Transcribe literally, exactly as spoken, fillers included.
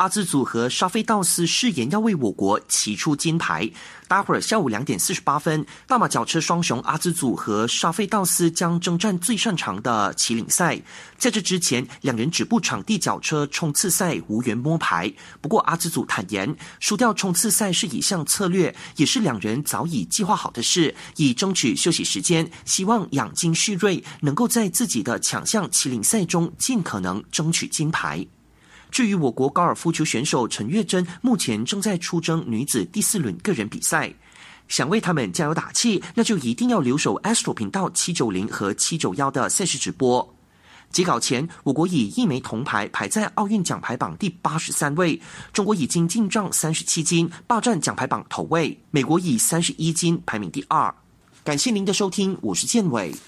阿兹祖和沙菲道斯誓言要为我国骑出金牌。待会儿下午两点四十八分，大马脚车双雄阿兹祖和沙菲道斯将征战最擅长的骑领赛。在这之前，两人止步场地脚车冲刺赛无缘摸牌。不过阿兹祖坦言，输掉冲刺赛是一项策略，也是两人早已计划好的事，以争取休息时间，希望养精蓄锐，能够在自己的强项骑领赛中尽可能争取金牌。至于我国高尔夫球选手陈月珍，目前正在出征女子第四轮个人比赛。想为他们加油打气，那就一定要留守 Astro 频道七九零和七九一的赛事直播。截稿前，我国以一枚铜牌排在奥运奖牌榜第八十三位，中国已经进账三十七金，霸占奖牌榜头位。美国以三十一金排名第二。感谢您的收听，我是建伟。